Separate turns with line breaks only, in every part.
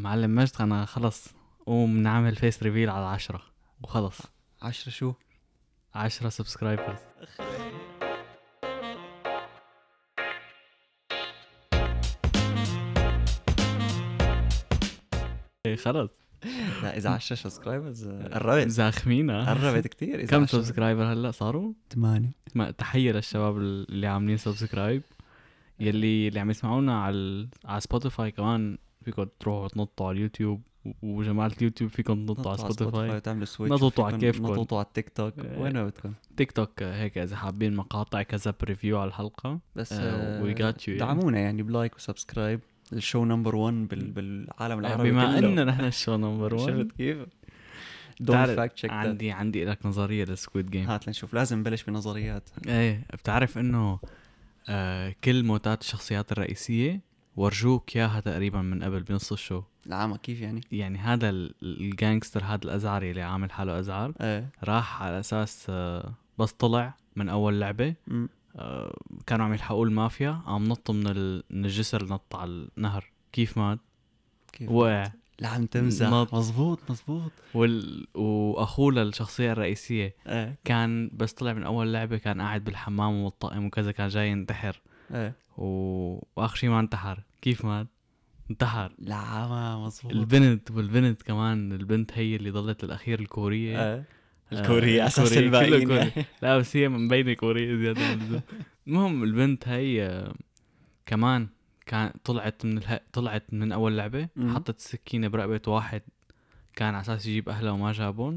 معلم مجد، انا خلص قوم نعمل فيس ريفيل على 10 وخلص.
10 شو؟
10 سبسكرايبرز. خلص
لا اذا 10 سبسكرايبرز قربت
زاخمينا.
قربت كتير. اذا
كم
10
سبسكرايبر هلا صاروا؟
8.
تحية للشباب اللي عاملين سبسكرايب، اللي عم يسمعونا على سبوتيفاي. كمان فيكم تروحوا تنطوا على اليوتيوب، وجماعة اليوتيوب فيكم تنطوا على سبوتيفاي،
تعملوا سويتش،
نططوا على كيفكم،
نططوا على التيك توك، وين ما بدكم.
تيك توك هيك اذا حابين مقاطع كذا بريفيو على الحلقة.
بس
وي جات يو
دعمونا يعني بلايك وسبسكرايب. الشو نمبر 1 بالعالم العربي
بما
كله.
ان نحن الشو نمبر 1.
شفت كيف؟ دونت
بتعرف
فاكت تشيك.
عندي لك نظرية للسكويد جيم.
هات لنشوف، لازم نبلش بنظريات.
ايه بتعرف انه كل موتات الشخصيات الرئيسية ورجوك ياها تقريبا من قبل بنص الشو.
العامة كيف يعني
هذا الجانجستر، هذا الازعري اللي عامل حاله ازعر،
ايه
راح على اساس بس طلع من اول لعبة كانوا عم يلحقوا المافيا، قام نط من الجسر، نط على النهر. كيف مات؟
كيف
وقع.
لا عم تمزح.
نط.
مزبوط
واخوه للشخصية الرئيسية
ايه
كان بس طلع من اول لعبة، كان قاعد بالحمام ومطقم وكذا، كان جاي ينتحر
ايه
واخر شيء ما انتحر. كيف مات؟ انتحر.
لا ما مزبوط.
والبنت كمان، البنت هي اللي ضلت الاخير الكورية.
ايه الكورية اساس
الكورية
الباقيين
كله
يعني.
كوري. لا بس هي مبينة كورية زيادة عن اللزوم. المهم البنت هي كمان كان طلعت من اول لعبة، حطت السكينة برقبة واحد كان على اساس يجيب اهله وما جابون.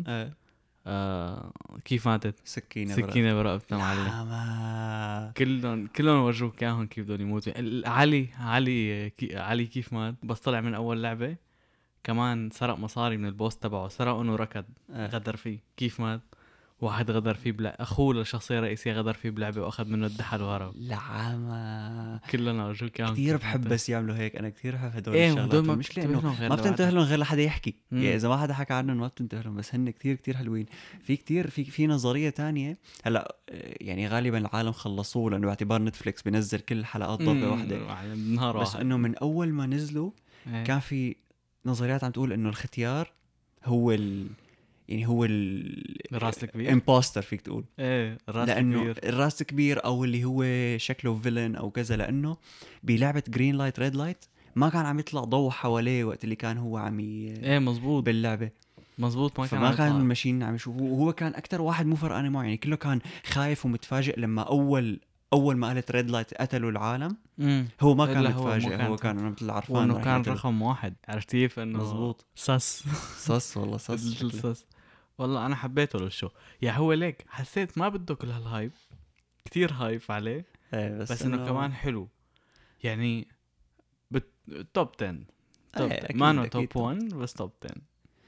كيف ماتت؟ سكينة برقبتها معلم.
ما
كلهم ورجوك اياهم كيف بدهم يموتوا. علي كيف مات؟ بس طلع من اول لعبة كمان سرق مصاري من البوس تبعه، سرق انه ركض. غدر فيه. كيف مات؟ واحد غدر فيه اخوه للشخصية الرئيسية غدر فيه بلعبة واخذ منه الدحل وهرب.
لا ما
كلهم ورجوك اياهم
كثير بحب بس يعملوا هيك. انا كثير بحب هدول
ايه
الشغلات. المشكلة انه ما بتنتبه لهم غير لحدا يحكي. يعني اذا ما حدا حكى عنهم ما بتنتبه لهم، بس هن كثير حلوين. في كثير في نظرية تانية هلا، يعني غالبا العالم خلصوه لانه باعتبار نتفليكس بينزل كل الحلقات ضربة واحدة. بس
واحد.
انه من اول ما نزلوا كان في نظريات عم تقول انه الختيار هو يعني هو
الراس الكبير،
امبوستر فيك تقول.
ايه الراس
لانه
الكبير.
الراس الكبير او اللي هو شكله فيلن او كذا، لانه بلعبه جرين لايت ريد لايت ما كان عم يطلع ضوء حواليه وقت اللي كان هو عم
ايه مزبوط
باللعبه.
مزبوط.
ما كان الماشين عم يشوفه، وهو كان اكتر واحد مو فرقان معه. يعني كله كان خايف ومتفاجئ لما اول ما قالت ريد لايت قتلوا العالم. هو ما كان متفاجئ، هو كان مثل عرفان
انه كان رقم واحد. عرفت كيف؟ انه
مزبوط.
صص
والله صص.
والله انا حبيته للشو. يا هو ليك حسيت ما بده كل هالهايب، كتير هايب عليه. بس انه كمان حلو يعني. توب 10. ما انه توب 1 بس توب 10.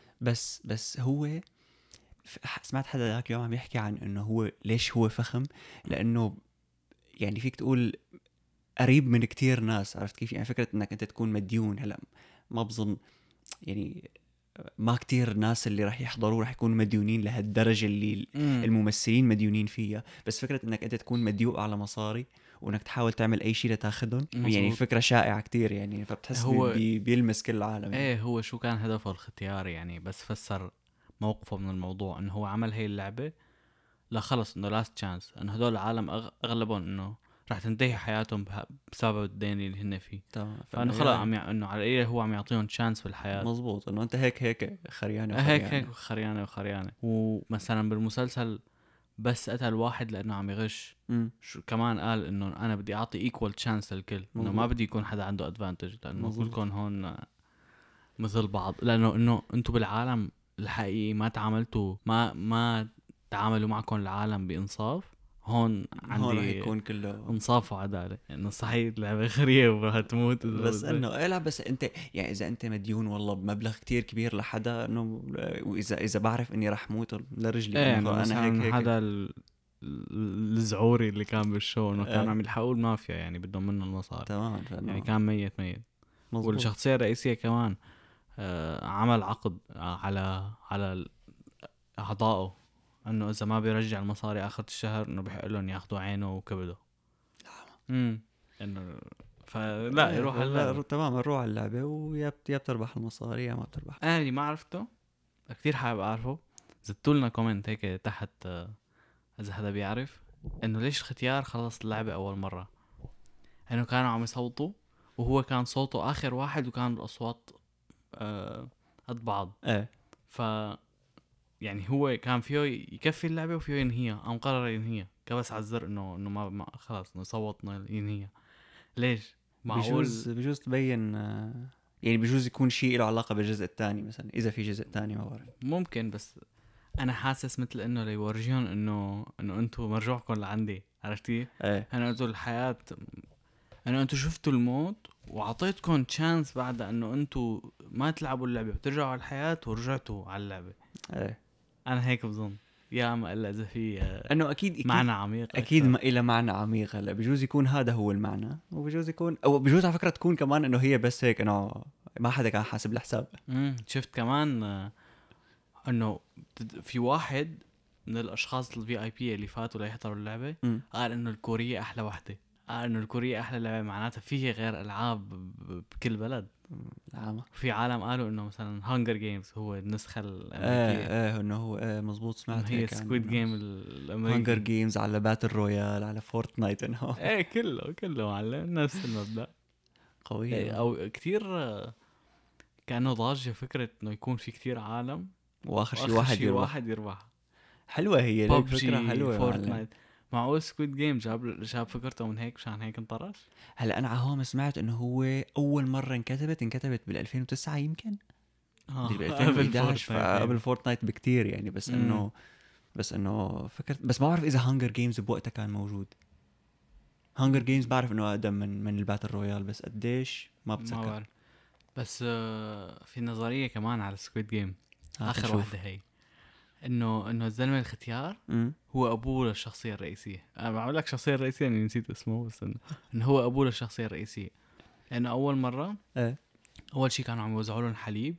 بس هو سمعت حدا ذاك اليوم عم يحكي عن انه هو ليش هو فخم. لانه يعني فيك تقول قريب من كتير ناس. عرفت كيف؟ يعني فكرة انك انت تكون مديون. هلا ما بظن يعني ما كتير ناس اللي راح يحضروا راح يكونوا مديونين لهالدرجة اللي الممثلين مديونين فيها. بس فكرة انك انت تكون مديوق على مصاري وانك تحاول تعمل اي شيء لتاخدهم، يعني فكرة شائعة كتير. يعني فبتحس بيلمس كل العالم. يعني.
ايه هو شو كان هدفه الختيار يعني؟ بس فسر موقفه من الموضوع انه هو عمل هاي اللعبة لا خلص انه لاست تشانس، انه هدول العالم اغلبهم انه راح تنتهي حياتهم بسبب الدين اللي هن فيه. فانه خلص انه على ايه هو عم يعطيهم تشانس في الحياة.
مزبوط. انه انت هيك خريانة
هيك خريانة. ومثلا بالمسلسل بس قتل واحد لانه عم يغش. شو كمان قال انه انا بدي اعطي ايكوال تشانس للكل، انه ما بدي يكون حدا عنده ادفانتج، لانه كلكم هون مثل بعض. لانه انه انتم بالعالم الحقيقي ما تعاملتوا ما تعاملوا معكم العالم بانصاف. هون عندي
يكون كله
انصاف وعداله. انه صحيح اللعبه خريه وراح تموت،
بس انه لا بس انت يعني اذا انت مديون والله بمبلغ كتير كبير لحدا، انه واذا بعرف اني راح موت لرجلي.
يعني
انا هيك
هذا الزعوري اللي كان بالشو انه كان عم يلحقوا المافيا، يعني بدهم منه المصاري
تمام.
يعني كان ميت.
مزبوط.
والشخصيه الرئيسيه كمان عمل عقد على اعضائه انه اذا ما بيرجع المصاري اخر الشهر انه بيحق لهم ياخذوا عينه وكبده. انه فلا يروح على اللعبة.
تمام نروح على اللعبة ويا بتربح المصاري يا ما بتربح.
انا اللي ما عرفته كتير حابب اعرفه، زدتولنا كومنت هيك تحت اذا حدا بيعرف انه ليش الختيار خلص اللعبة اول مرة. انه كانوا عم يصوتوا وهو كان صوته اخر واحد وكان الاصوات قد بعض. ف يعني هو كان فيه يكفي اللعبة وفيه ينهيها، قام قرر ينهيها، كبس على الزر انه ما خلاص صوتنا ينهيها. ليش؟ معقول
بجوز تبين يعني بجوز يكون شيء له علاقة بالجزء الثاني مثلا، اذا في جزء ثاني ما بعرف.
ممكن، بس انا حاسس مثل انه ليورجيهم انه انتم مرجوعكم لعندي، عرفتي؟ انا قلت الحياة، انا انتم شفتوا الموت وعطيتكم تشانس بعد انه انتم ما تلعبوا اللعبة وترجعوا على الحياة ورجعتوا على اللعبة. انا هيك بظن، يا ما الا اذا في
انه اكيد
معنى عميق
اكيد ما إلى معنى عميق. هلا بجوز يكون هذا هو المعنى، وبجوز يكون او بجوز على فكرة تكون كمان انه هي بس هيك انه ما حدا كان حاسب الحساب.
شفت كمان انه في واحد من الاشخاص الفي اي بي اللي فاتوا ليحضروا اللعبة قال انه الكورية احلى وحدة، قال انه الكورية احلى لعبة، معناتها فيه غير العاب بكل بلد. في عالم قالوا انه مثلا هانجر جيمز هو النسخة الامريكية.
انه هو مزبوط، سمعت
هي سكويد جيم الامريكي،
هانجر جيمز على باتل رويال على فورتنايت انه
كله معلم نفس المبدأ.
قوي.
او كتير كأنه ضاجة فكرة انه يكون في كتير عالم
واخر شيء واحد يربح. حلوة هي الفكرة، حلوة.
فورتنايت معقول سكويد جيم جاب فكرته من هيك مشان هيك انطرش.
هلا انا عهوم سمعت انه هو اول مرة انكتبت بال 2009 يمكن بال 2011 قبل فورتنايت بكتير يعني. بس انه فكرت، بس ما بعرف اذا هانجر جيمز بوقتها كان موجود. هانجر جيمز بعرف انه اقدم من الباتل رويال، بس قديش ما بتذكر.
بس في نظرية كمان على سكويد جيم اخر واحدة هي انه الزلمه الختيار هو ابوه للشخصيه الرئيسيه. انا بعمل لك شخصيه رئيسيه يعني نسيت اسمه، بس انه هو ابوه للشخصيه الرئيسيه. لانه اول مره اول شيء كانوا عم يوزعوا لهم حليب،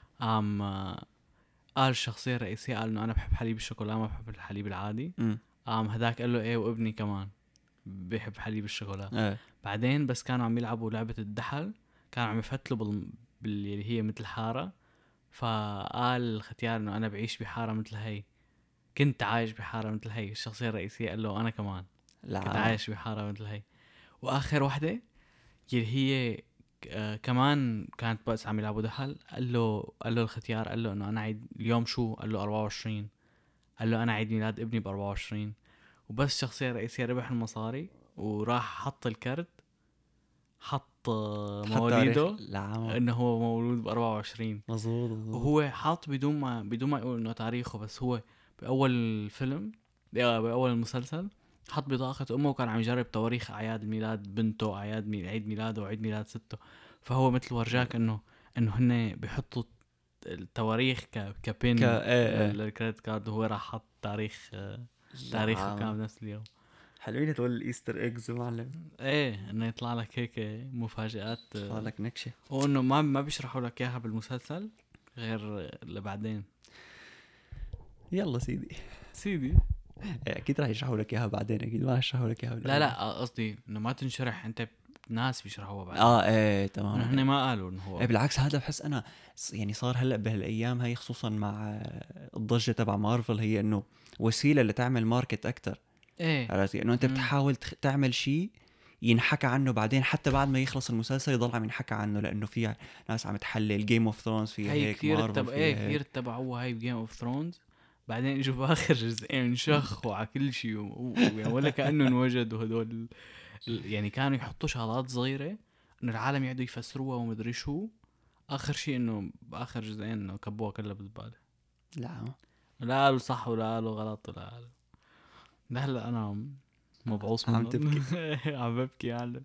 قال الشخصيه الرئيسيه قال انه انا بحب حليب الشوكولا ما بحب الحليب العادي. هداك قال له ايه وابني كمان بيحب حليب الشوكولا. بعدين بس كانوا عم يلعبوا لعبه الدحل، كانوا عم يفتلوا اللي هي مثل حاره، فقال الختيار انه انا بعيش بحاره مثل هي، كنت عايش بحاره مثل هي. الشخصيه الرئيسيه قال له انا كمان كنت عايش بحاره مثل هي. واخر وحده اللي هي كمان كانت بس عم يلعبوا دحل، قال له الختيار قال له انه انا عيد اليوم شو، قال له 24، قال له انا عيد ميلاد ابني ب24. وبس الشخصيه الرئيسيه ربح المصاري وراح حط الكرت، حط مواليده انه هو مولود ب24.
مظبوط.
وهو حاط بدون ما يقول انه تاريخه، بس هو باول الفيلم باول المسلسل حط بطاقة امه وكان عم يجرب تواريخ اعياد ميلاد بنته، عيد ميلاده وعيد ميلاد سته. فهو مثل ورجاك انه هن بيحطوا التواريخ كبين للكريدت كارد، وهو راح حط تاريخه كان بنفس اليوم.
حلوين تقول الايستر ايجز معلم.
انه يطلع لك هيك مفاجآت،
يطلع لك نكشة،
وانه ما بيشرحوا لك اياها بالمسلسل غير لبعدين.
يلا سيدي اكيد راح يشرحوا لك اياها بعدين، اكيد ما يشرحوا لك اياها.
لا قصدي انه ما تنشرح، انت ناس بيشرحوها بعدين.
تمام.
نحن ما قالوا انه هو
بالعكس، هذا بحس انا يعني صار هلا بهالايام هاي خصوصا مع الضجة تبع مارفل، هي انه وسيلة لتعمل ماركت اكتر. عرفتي انه انت بتحاول تعمل شيء ينحكى عنه بعدين، حتى بعد ما يخلص المسلسل يضل عم ينحكى عنه، لانه في ناس عم تحلل جيم اوف ثرونز فيها هيك،
كثير كثير تبعوها هاي جيم اوف ثرونز. بعدين اجوا باخر جزئين شخوا على كل شيء ولا كانه انوجدوا هدول يعني كانوا يحطوا شغلات صغيره انه العالم يقعدوا يفسروها ومدري شو. اخر شيء انه باخر جزئين انه كبوها كلها بالزباله. لا قالوا صح ولا قالوا غلط ولا قالوا. هلا انا مبعوص
عم تبكي.
عم ببكي معلم.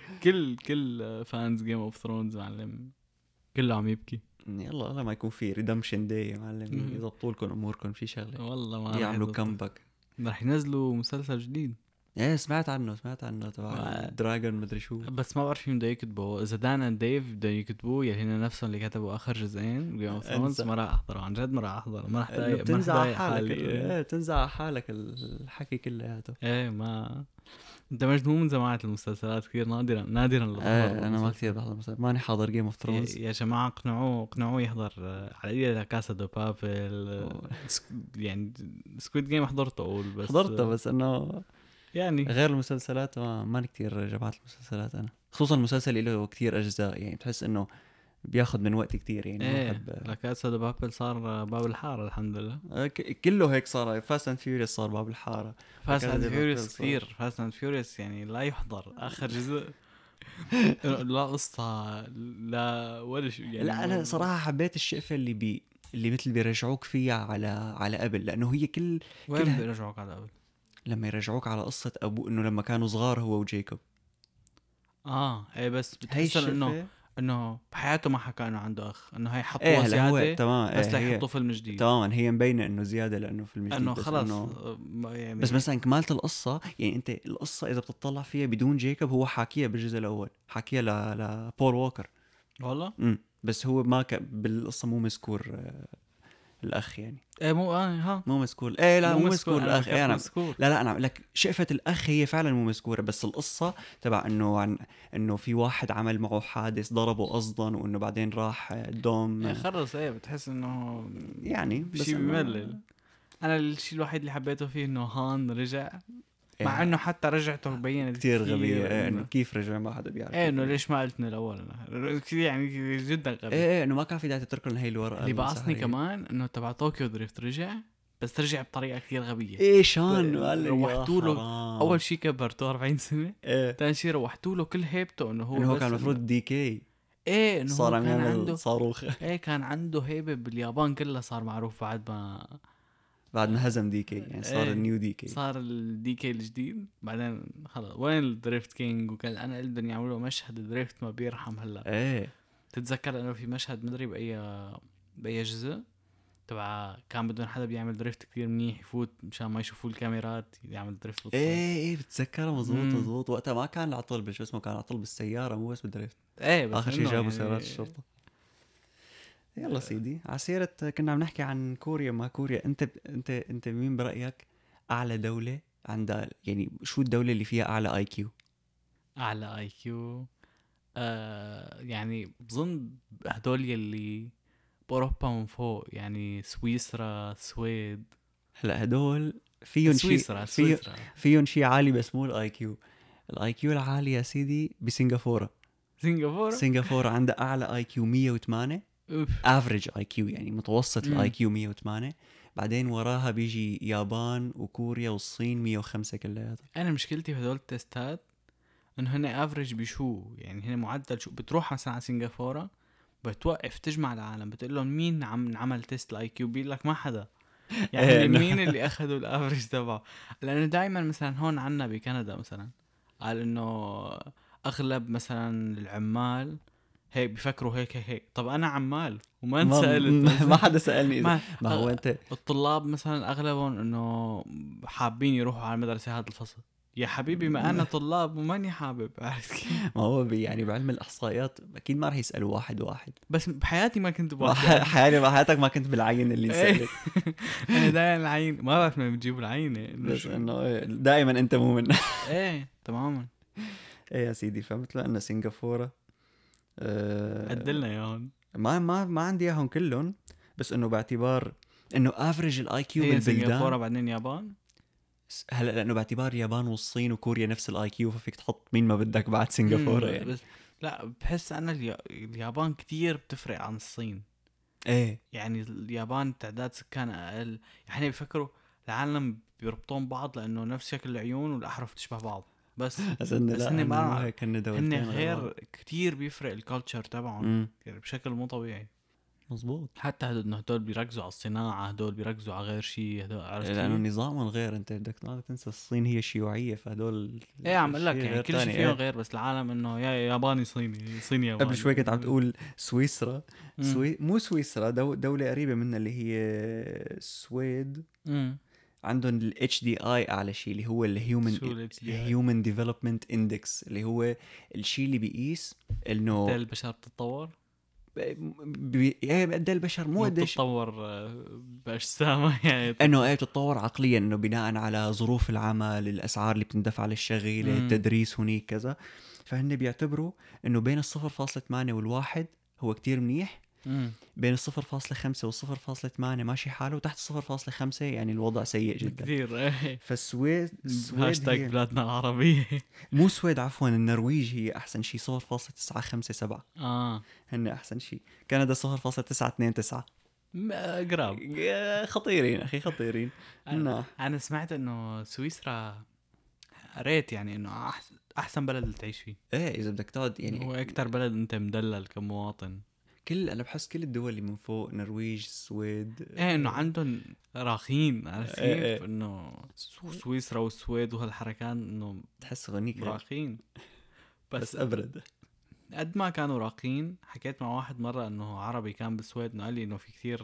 كل فانز جيم اوف ثرونز معلم كله عم يبكي.
يلا ما يكون في ريدمشن داي معلم، يضبطوا لكم اموركم في شغله
والله ما
يعملوا كمباك.
رح ينزلوا مسلسل جديد.
سمعت عنه تبع دراجون مدري شو،
بس ما بعرف مين بده يكتبه. اذا دان ديف بده يكتبوه يعني هن نفسهم اللي كتبوا اخر جزئين جيم اوف ثرونز، ما راح احضره عن جد، ما راح احضره، ما راح
تنزع حالك. تنزع حالك الحكي كلياته.
ما انت مجنون من جماعة المسلسلات كثير نادرا
انا ما كثير بحضر مسلسلات، ماني حاضر جيم اوف ثرونز.
يا جماعة اقنعوه يحضر على ايدي لا كاسا دو بابل يعني سكويد جيم حضرته اقول بس
حضرته بس انه
يعني
غير المسلسلات ماني كثير جماعة المسلسلات انا، خصوصا المسلسل له كثير اجزاء يعني بتحس انه بياخد من وقت كتير يعني.
ايه لا كاسا دو بابل صار باب الحارة الحمد لله.
كله هيك صار. فاست اند فيوريوس صار باب الحارة.
فاست اند فيوريوس كثير. فاست اند فيوريوس يعني لا يحضر اخر جزء لا قصة لا ولا شيء يعني.
لا انا صراحة حبيت الشقفة اللي مثل بيرجعوك فيها على قبل، لانه هي
وين بيرجعوك على قبل؟
لما يرجعوك على قصة ابوه انه لما كانوا صغار هو وجيكوب.
ايه بس بتحس انه بحياته ما حكى انه عنده اخ، انه هي حطوه
ايه
زيادة
تمام.
بس ليحطوا فيلم جديد.
تماما هي مبينة انه زيادة لانه فيلم جديد،
انه
بس
خلص
يعني بس مثلا كمالة القصة يعني انت القصة اذا بتطلع فيها بدون جيكوب، هو حاكيها بالجزء الاول، حاكيها لبول ووكر
والله.
بس هو ما بالقصة مو مذكور الاخ يعني.
ايه مو ها
مو مذكور. ايه لا مو مذكور الاخ.
ايه
انا
مذكور.
لا انا لك شقفة الاخ هي فعلا مو مذكورة، بس القصة تبع انه في واحد عمل معه حادث ضربه قصدا، وانه بعدين راح دوم.
ايه خلص ايه بتحس انه
يعني
شيء بملل. انا الشيء الوحيد اللي حبيته فيه انه هان رجع، مع انه حتى رجعته بينت
كتير غبية. انه كيف رجع ما حدا بيعرف.
ايه انه ليش ما قلتني الاول يعني جدا غبي.
ايه انه ما كان في داعي تترك لنا هي الورقة.
اللي بعصني كمان انه تبع طوكيو دريفت رجع، بس رجع بطريقة كثير غبية.
ايه شان
روحتوا له اول شيء كبرته 40 سنة.
ايه
ثاني شيء روحتوا له كل هيبته انه
هو كان المفروض دي كي.
ايه انه
صار
هو كان عنده
صاروخ.
ايه كان عنده هيبة باليابان كلها، صار معروف بعد ما
هزم دي كي يعني صار
ايه
النيو دي كي.
صار الدي كي الجديد. بعدين خلص وين الدريفت كينج، وكان انا قلت يعملوا مشهد الدريفت ما بيرحم هلا.
ايه
تتذكر انه في مشهد مدري باي جزء تبع كان بدون حدا بيعمل دريفت كتير منيح يفوت مشان ما يشوفوا الكاميرات يعمل دريفت بالطول.
ايه بتذكرها مظبوط. وقتها ما كان العطل بالشو اسمه، كان العطل بالسيارة مو بس بالدريفت.
ايه بس
اخر شيء جابوا
يعني
سيارات الشرطة. يلا سيدي على سيرة كنا عم نحكي عن كوريا. ما كوريا انت مين برأيك اعلى دولة عندها، يعني شو الدولة اللي فيها اعلى اي كيو؟
اعلى اي كيو يعني بظن هدول يلي باوروبا من فوق، يعني سويسرا السويد.
هلا هدول فيهم شيء فيهم شيء عالي بس مو الاي كيو. الاي كيو العالي يا سيدي بسنغافورة. سنغافورة عندها اعلى اي كيو 108. افريج اي كيو يعني متوسط الاي كيو 108. بعدين وراها بيجي يابان وكوريا والصين 105 كلياتها.
انا مشكلتي في هدول التستات انه هن افريج بشو، يعني هن معدل شو. بتروح مثلا على سنغافورة بتوقف تجمع العالم بتقول لهم مين عمل تيست الاي كيو، بيقول لك ما حدا. يعني مين اللي اخذوا الافريج تبعه؟ لانه دائما مثلا هون عنا بكندا مثلا قال انه اغلب مثلا العمال هيك بيفكروا هيك. طب انا عمال وما انسألت.
ما حدا سألني ما هو انت.
الطلاب مثلا اغلبهم انه حابين يروحوا على المدرسة هذا الفصل. يا حبيبي ما انا طلاب وماني حابب، عرفت كيف؟
ما هو يعني بعلم الاحصائيات اكيد ما راح يسالوا واحد
بس بحياتي ما كنت بواحد.
حياتك ما كنت بالعين اللي يسالك.
انا دائما العين ما بعرف من بتجيبوا العينه
بس انه دائما انت مو منه.
ايه تماما.
ايه يا سيدي فمثل ان سنغافوره
عدلنا اياهم.
ما عندي اياهم كلهم، بس انه باعتبار انه افريج الاي كيو بالبلدان.
سنغافوره بعدين يابان.
هلا لانه باعتبار اليابان والصين وكوريا نفس الاي كيو، ففيك تحط مين ما بدك بعد سنغافوره يعني.
بس لا بحس انا اليابان كتير بتفرق عن الصين.
ايه
يعني اليابان تعداد سكان اقل، يعني بيفكروا العالم بيربطون بعض لانه نفس شكل العيون والاحرف تشبه بعض. بس
هن ما هيك هن
غير كتير بيفرق الكالتشر تبعهم بشكل مو طبيعي.
مظبوط.
حتى انه هدول بيركزوا على الصناعه، هدول بيركزوا على غير شيء، هدول عرفت
لانه نظامهم غير. انت بدك تنسى الصين هي شيوعيه، فهدول
ايه عم اقول لك يعني كل شيء فيهم غير، بس العالم انه يا ياباني صيني ياباني.
قبل شوي كنت عم تقول سويسرا. مو سويسرا دوله قريبه منها اللي هي السويد. عندهم الاتش دي اي اعلى شيء اللي هو الهيومن ديفلوبمنت اندكس، اللي هو الشيء اللي بيقيس انه
البشر بتتطور.
قد البشر مو قديش
تتطور باجسامها يعني
انه بتتطور عقليا، انه بناء على ظروف العمل، الاسعار اللي بتندفع للشغيله، التدريس هنيك كذا. فهن بيعتبروا انه بين 0.8 والواحد هو كتير منيح، بين 0.5 و0.8 ماشي حاله، وتحت 0.5 يعني الوضع سيء جدا
كثير.
فالسويد
هاشتاج بلادنا العربية.
مو السويد عفوا، النرويج هي احسن شيء 0.957. هن احسن شيء. كندا 0.929.
قراب.
خطيرين اخي خطيرين.
انا سمعت انه سويسرا قريت يعني انه احسن بلد تعيش فيه.
ايه اذا بدك تقعد يعني
هو اكتر بلد انت مدلل كمواطن.
انا بحس كل الدول اللي من فوق، نرويج، السويد،
ايه انه عندهم راخين، عارف كيف؟
إيه.
انه سويسرا والسويد وهالحركات انه
تحس غنيك
راخين
بس ابرد.
قد ما كانوا راقين. حكيت مع واحد مرة انه عربي كان بالسويد، انه قال لي انه في كثير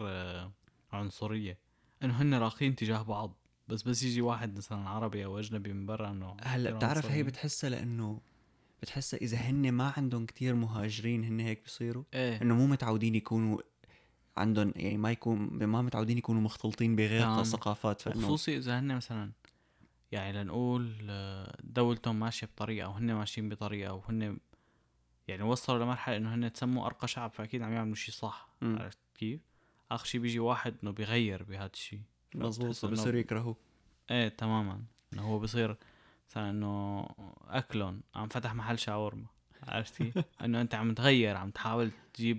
عنصرية، انه هن راقين تجاه بعض، بس يجي واحد مثلا عربي او اجنبي من برا انه
هلا بتعرف هي بتحسها، لانه بتحسها اذا هن ما عندهم كتير مهاجرين هن هيك بيصيروا. انه مو متعودين يكونوا عندهم يعني ما متعودين يكونوا مختلطين بغير ثقافات.
خصوصي اذا هن مثلا يعني لنقول دولتهم ماشية بطريقة وهن ماشيين بطريقة، وهن يعني وصلوا لمرحلة انه هن تسموا ارقى شعب، فاكيد عم يعملوا شيء صح. عرفت كيف؟ اخر شيء بيجي واحد انه بيغير بهذا الشيء،
مظبوط، بصير يكرهوه.
ايه تماما. انه هو بصير مثلا انه اكلون عم فتح محل شاورما، عرفتي؟ انه انت عم تغير، عم تحاول تجيب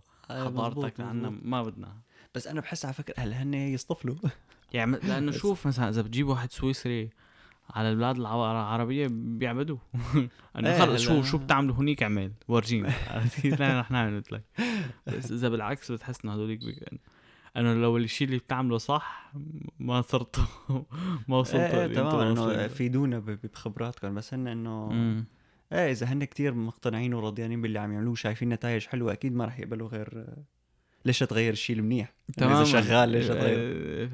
حضارتك لعنا، ما بدنا.
بس انا بحس على فكرة هل هن يصطفلوا
يعني لانه شوف مثلا اذا بتجيب واحد سويسري على البلاد العربية بيعبدوه. انه خلص شو بتعملوا هنيك اعمل ورجينا. لا رح نعمل مثلك. بس اذا بالعكس بتحس انه هذوليك انه لو الشيء اللي بتعمله صح ما صرتوا ما وصلتوا.
تمام، انه فيدونا بخبراتكم. بس هن انه اذا هن كتير مقتنعين وراضيين باللي عم يعملوه، شايفين نتائج حلوه، اكيد ما رح يقبلوا غير ليش تغير الشيء المنيح. اذا شغال ليش تغير؟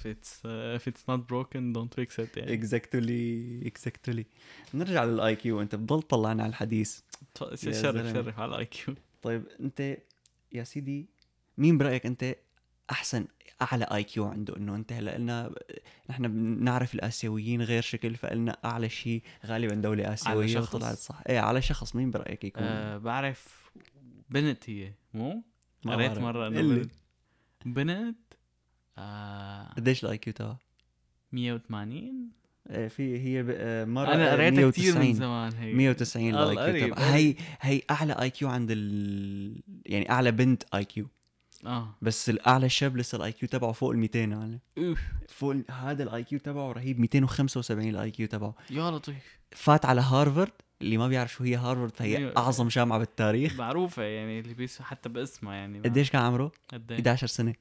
if it's not broken don't fix it يعني.
exactly. نرجع للاي كيو. انت بتضل طلعنا على الحديث.
شرف على الاي كيو.
طيب انت يا سيدي مين برايك انت احسن اعلى اي كيو عنده؟ انه انت هلا قلنا نحن بنعرف الاسيويين غير شكل، فقلنا اعلى شيء غالبا دوله اسيويه وطلعت صح. على شخص مين برايك يكون؟
بعرف بنت هي مو قريت مره انه بنت
قديش الاي كيو تبعها؟
180.
هي مرة
انا قريتها كثير من زمان. هي
190 الاي كيو تبعها. هي اعلى اي كيو عند يعني اعلى بنت اي كيو. بس الاعلى شاب لسه الاي كيو تبعه فوق ال 200 يعني. فوق هذا الاي كيو تبعه رهيب. 275 الاي كيو تبعه.
يا لطيف.
فات على هارفارد. اللي ما بيعرف شو هي هارفارد فهي اعظم جامعه بالتاريخ،
معروفه يعني، اللي بيس حتى باسمها يعني.
قديش كان عمره؟ 11 سنه.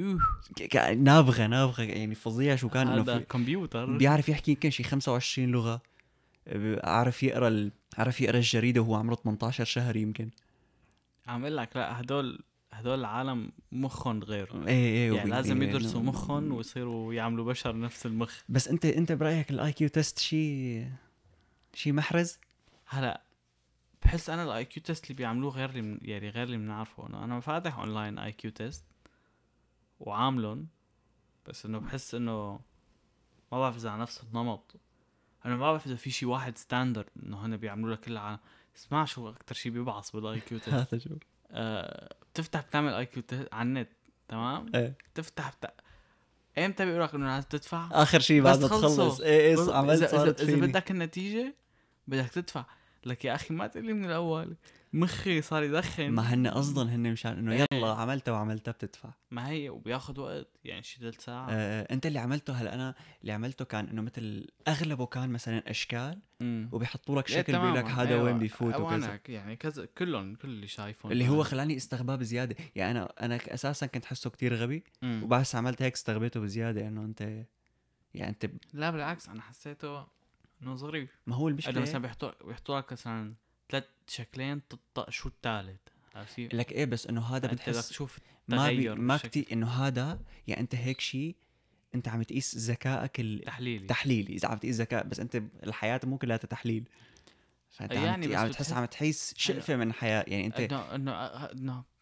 نابغه يعني فظيع. شو كان
انه هذا كمبيوتر
بيعرف يحكي يمكن شي 25 لغه. عارف يقرا الجريده وهو عمره 18 شهر يمكن.
عم اقول لك لا، هدول العالم مخهم غير.
ايه
يعني لازم يدرسوا مخهم ويصيروا يعملوا بشر نفس المخ.
بس انت برايك الاي كيو تيست شي محرز؟
هلا بحس انا الاي كيو تيست اللي بيعملوه غير اللي بنعرفه. انا فاتح اونلاين اي كيو تيست وعاملهم، بس انه بحس انه ما بعرف اذا على نفس النمط. انا ما بعرف اذا في شيء واحد ستاندرد انه هن بيعملوا لك كل العالم. اسمع شو اكتر شيء بيبعص بالاي كيو تيست.
هذا شو
بتفتح بتعمل اي كيو تيست على النت، تمام؟ تفتح امتى بيقول لك انه لازم تدفع؟
اخر شيء بعد ما تخلص. عملت صارت
اذا بدك النتيجه بدك تدفع. لك يا اخي ما تقول لي من الاول، مخي صار يدخن.
ما هن قصدن هن مشان انه يلا عملتها بتدفع.
ما هي وبياخد وقت يعني شي ثلث ساعه.
انت اللي عملته هلا انا اللي عملته كان انه مثل اغلبه كان مثلا اشكال وبيحطوا لك شكل بيقول لك هذا وين بيفوت وكذا يعني
كذا. كل اللي شايفهم
اللي هو خلاني استغبى بزياده. يعني انا اساسا كنت حسه كتير غبي وبس عملت هيك استغبيته بزياده. انه انت يعني انت
لا بالعكس انا حسيته انه ظريف.
ما هو المشكله
مثلا بيحطوا لك مثلا 3 شكلين شو الثالث
لك ايه. بس انه هذا بتحس
تشوف
ما كتير انه هذا يعني انت هيك شيء انت عم تقيس ذكائك التحليلي. اذا عم تقيس ذكاء، بس انت الحياه مو كلها تحليل. فانت
يعني
عم تحس عم تحس شقفه من الحياه. يعني انت
انه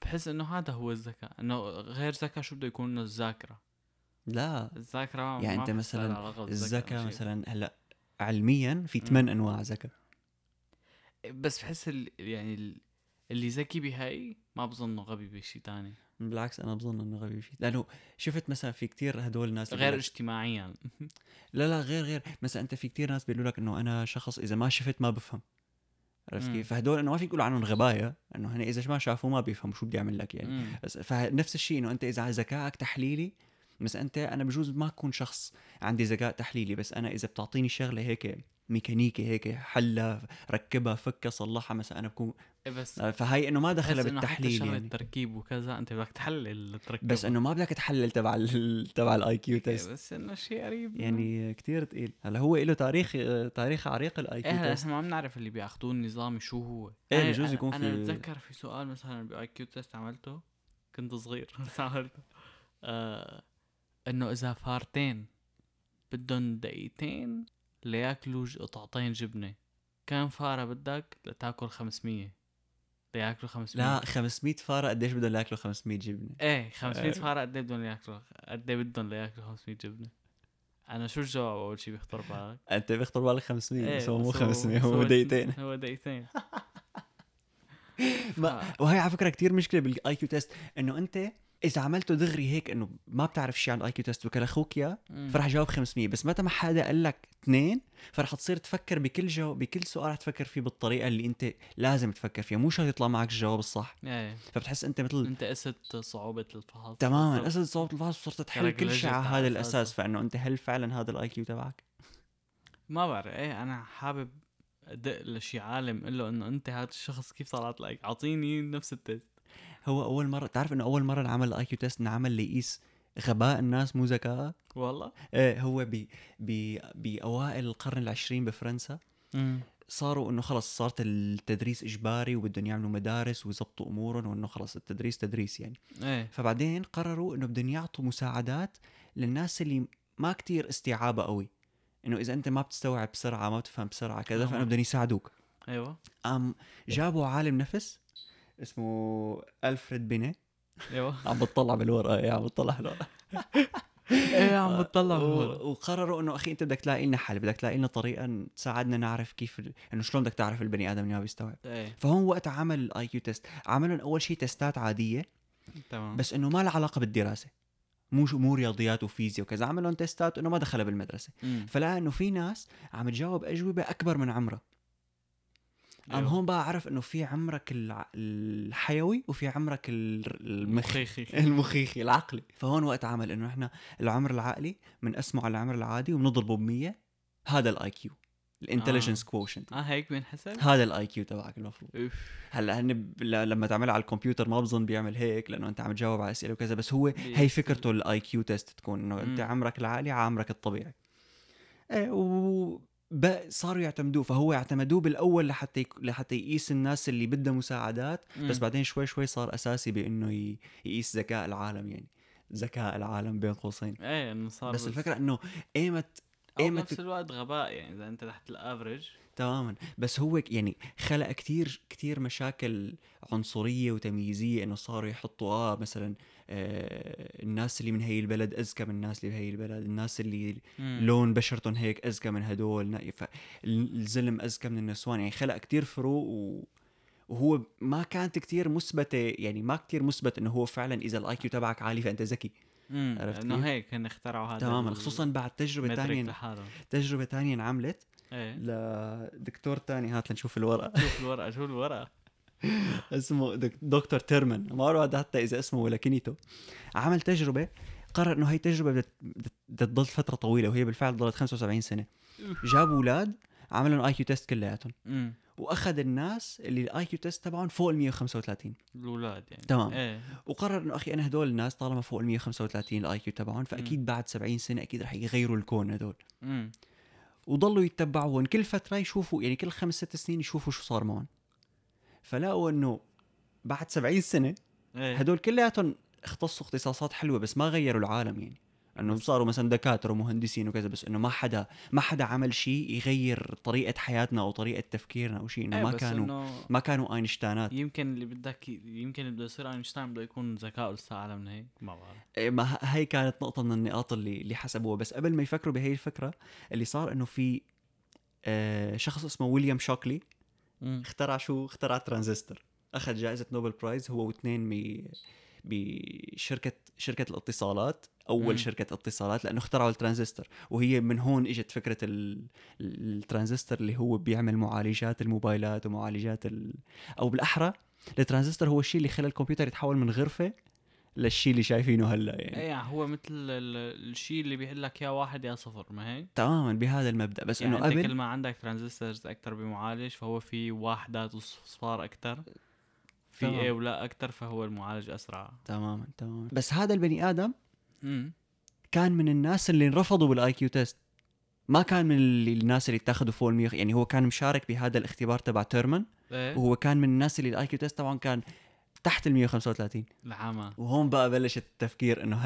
بحس انه هذا هو الذكاء، انه غير ذكاء شو بده يكون؟ انه الذاكره.
لا
الذاكره
يعني
ما
انت
بحس لها
مثلا
علاقة
الذكاء
شيء.
مثلا هلا علميا في 8 انواع ذكاء.
بس بحس اللي ذكي بهاي ما بظنه غبي بشيء تاني.
بالعكس انا بظن انه غبي شيء، لانه شفت مثلا في كتير هدول الناس
غير اجتماعيا.
لا غير مثلا انت في كتير ناس بيقولوا لك انه انا شخص اذا ما شفت ما بفهم، عرفت كيف؟ فهدول انه ما في يقولوا عنهم غبايا، انه هن اذا ما شافوا ما بيفهموا شو بدي اعمل لك يعني. فنفس الشيء انه انت اذا ذكائك تحليلي، مثلا انا بجوز ما اكون شخص عندي ذكاء تحليلي، بس انا اذا بتعطيني شغله هيك ميكانيكي هيك حلها ركبها فكها صلحها مثلا انا بكون
بس
فهي انه ما دخلها
بس انه حتى
بالتحليل
شغله
يعني.
التركيب وكذا انت بدك تحلل التركيب،
بس انه ما بدك تحلل تبع الاي كيو تيست
بس انه شيء قريب
يعني كتير ثقيل. هلا هو له تاريخ عريق الاي كيو
ايه.
تيست.
احنا ما بنعرف اللي بياخذوه النظامي شو هو.
ايه بجوز يكون
انا
في
بتذكر في سؤال مثلا باي كيو تيست عملته كنت صغير بس عملته انه اذا فارتين بدهم دقيقتين لياكلوا قطعتين جبنه، كم فاره بدك لتاكل 500 لياكلوا 500؟
لا 500 فاره قديش بدهم ياكلوا 500 جبنه؟
ايه 500 فاره قد ايه بدهم ياكلوا؟ قد ايه بدهم لياكلوا 500 جبنه؟ انا شو الجواب اول شيء بيخطر بالك؟
انت بيخطر بالك 500
ايه
بس هو مو
بس
500 هو دقيقتين.
هو دقيقتين.
وهي على فكره كتير مشكله بالاي كيو تيست، انه انت اذا عملته دغري هيك انه ما بتعرف شيء عن الاي كيو تيست وكل اخوك اياه فرح جاوب 500، بس متى ما حدا قال لك 2 فرح تصير تفكر بكل سؤال رح تفكر فيه بالطريقه اللي انت لازم تفكر فيها، مو شرط يطلع معك الجواب الصح.
ايه
فبتحس انت مثل
انت قست صعوبه الفحص
تماما قصد صعوبه الفحص وصرت تحل كل شيء على هذا الاساس.
أساسه.
فانه انت هل فعلا هذا الاي كيو تبعك؟
ما بعرف. ايه انا حابب ادق لشي عالم قل له انه انت هذا الشخص كيف طلعت لك، اعطيني نفس التست.
هو اول مره تعرف انه اول مره انعمل الاي كيو تيست انعمل ليقيس غباء الناس مو ذكاء.
والله
ايه هو باوائل القرن العشرين بفرنسا صاروا انه خلص صارت التدريس اجباري وبدهم يعملوا مدارس ويظبطوا امورهم، وانه خلص التدريس تدريس يعني.
ايه
فبعدين قرروا انه بدهم يعطوا مساعدات للناس اللي ما كتير استيعابها قوي، انه اذا انت ما بتستوعب بسرعه ما بتفهم بسرعه كذا فانه بدهم يساعدوك.
ايوه
جابوا عالم نفس اسمه ألفريد بيني.
ايوه
عم بتطلع بالورقه، عم بتطلع بالورقه.
ايه عم بتطلع بالورقه.
وقرروا انه اخي انت بدك تلاقي لنا حل، بدك تلاقي لنا طريقه تساعدنا نعرف كيف انه شلون بدك تعرف البني ادم اللي ما بيستوعب.
ايه
فهون وقت عمل الاي كيو تيست عملوا اول شيء تيستات عاديه
تمام،
بس انه ما لها علاقه بالدراسه، مو رياضيات وفيزياء وكذا، عملوا تيستات انه ما دخلها بالمدرسه. فلقى انه في ناس عم تجاوب اجوبه اكبر من عمرها.
أيوة.
هون بقى عرف انه في عمرك الحيوي وفي عمرك المخيخي العقلي. فهون وقت عمل انه احنا العمر العقلي بنقسمه على العمر العادي وبنضربه ب100، هذا الاي كيو الانتليجنس كوشنت.
هيك بينحسب
هذا الاي كيو تبعك المفروض. هلا لما تعملها على الكمبيوتر ما بظن بيعمل هيك لانه انت عم تجاوب على اسئله وكذا، بس هو هي فكرته الاي كيو تيست تكون انه انت عمرك العقلي على عمرك الطبيعي. ايه صاروا يعتمدوه. فهو اعتمدوه بالاول لحتى يقيس الناس اللي بدها مساعدات، بس بعدين شوي صار اساسي بانه يقيس ذكاء العالم، يعني ذكاء العالم بين قوسين.
ايه انه صار
بس الفكره انه ايمت
نفس الوقت غباء، يعني اذا انت تحت الافريج
تماما. بس هو يعني خلق كتير مشاكل عنصريه وتمييزيه، انه صاروا يحطوا مثلا الناس اللي من هي البلد اذكى من الناس اللي بهي البلد، الناس اللي لون بشرتهم هيك اذكى من هدول، الزلم اذكى من النسوان، يعني خلق كتير فروق وهو ما كانت كتير مثبته، يعني ما كتير مثبت انه هو فعلا اذا الاي كيو تبعك عالي فانت ذكي.
عرفت انه هيك كان اخترعوا هذا
تماما، خصوصا بعد تجربه تانية انعملت لدكتور تاني. هات لنشوف الورقه.
شوف الورقه
اسمه دكتور تيرمان، ما بعرف حتى اذا اسمه ولا كنيته. عمل تجربه، قرر انه هي تجربه بدها تضل فتره طويله، وهي بالفعل ضلت 75 سنه. جابوا اولاد عملوا اي كيو تيست كلياتهم، واخذ الناس اللي الاي كيو تيست تبعهم فوق ال 135
الاولاد يعني.
تمام. وقرر انه اخي انا هدول الناس طالما فوق ال 135 الاي كيو تبعهم فاكيد بعد 70 سنه اكيد رح يغيروا الكون هدول. وضلوا يتبعوهم كل فتره يشوفوا، يعني كل 5-6 سنين يشوفوا شو صار معهم. فلاقوا انه بعد 70 سنه هدول كلياتهم اختصوا اختصاصات حلوه بس ما غيروا العالم، يعني انه صاروا مثلا دكاتره ومهندسين وكذا، بس انه ما حدا عمل شيء يغير طريقه حياتنا او طريقه تفكيرنا او شيء، انه ما كانوا اينشتاينات.
يمكن اللي بده يصير اينشتاين بده يكون ذكاؤه لسه اعلى من هيك، ما بعرف.
ما هي كانت نقطه من النقاط اللي حسبوها. بس قبل ما يفكروا بهي الفكره اللي صار انه في شخص اسمه ويليام شوكلي اخترع ترانزستور، اخذ جائزه نوبل برايز هو واثنين بشركه الاتصالات، اول شركه اتصالات، لانه اخترعوا الترانزستور. وهي من هون اجت فكره الترانزستور اللي هو بيعمل معالجات الموبايلات ومعالجات او بالاحرى الترانزستور هو الشيء اللي خلى الكمبيوتر يتحول من غرفه للشيء اللي شايفينه هلا يعني.
يعني هو مثل الشيء اللي بيقول لك يا 1 يا 0، ما هيك
تماما بهذا المبدا. بس
يعني
انه
قبل
قبل
كل ما عندك ترانزستورز اكثر بمعالج فهو في وحدات وصفار اكثر، في ايه ولا اكثر، فهو المعالج اسرع.
تماما. بس هذا البني ادم كان من الناس اللي انرفضوا بالاي كيو تيست، ما كان من الناس اللي اتاخذوا فوق 100. يعني هو كان مشارك بهذا الاختبار تبع تيرمان، وهو كان من الناس اللي الاي كيو تيست طبعا كان تحت ال 135
العامة.
وهون بقى بلش التفكير انه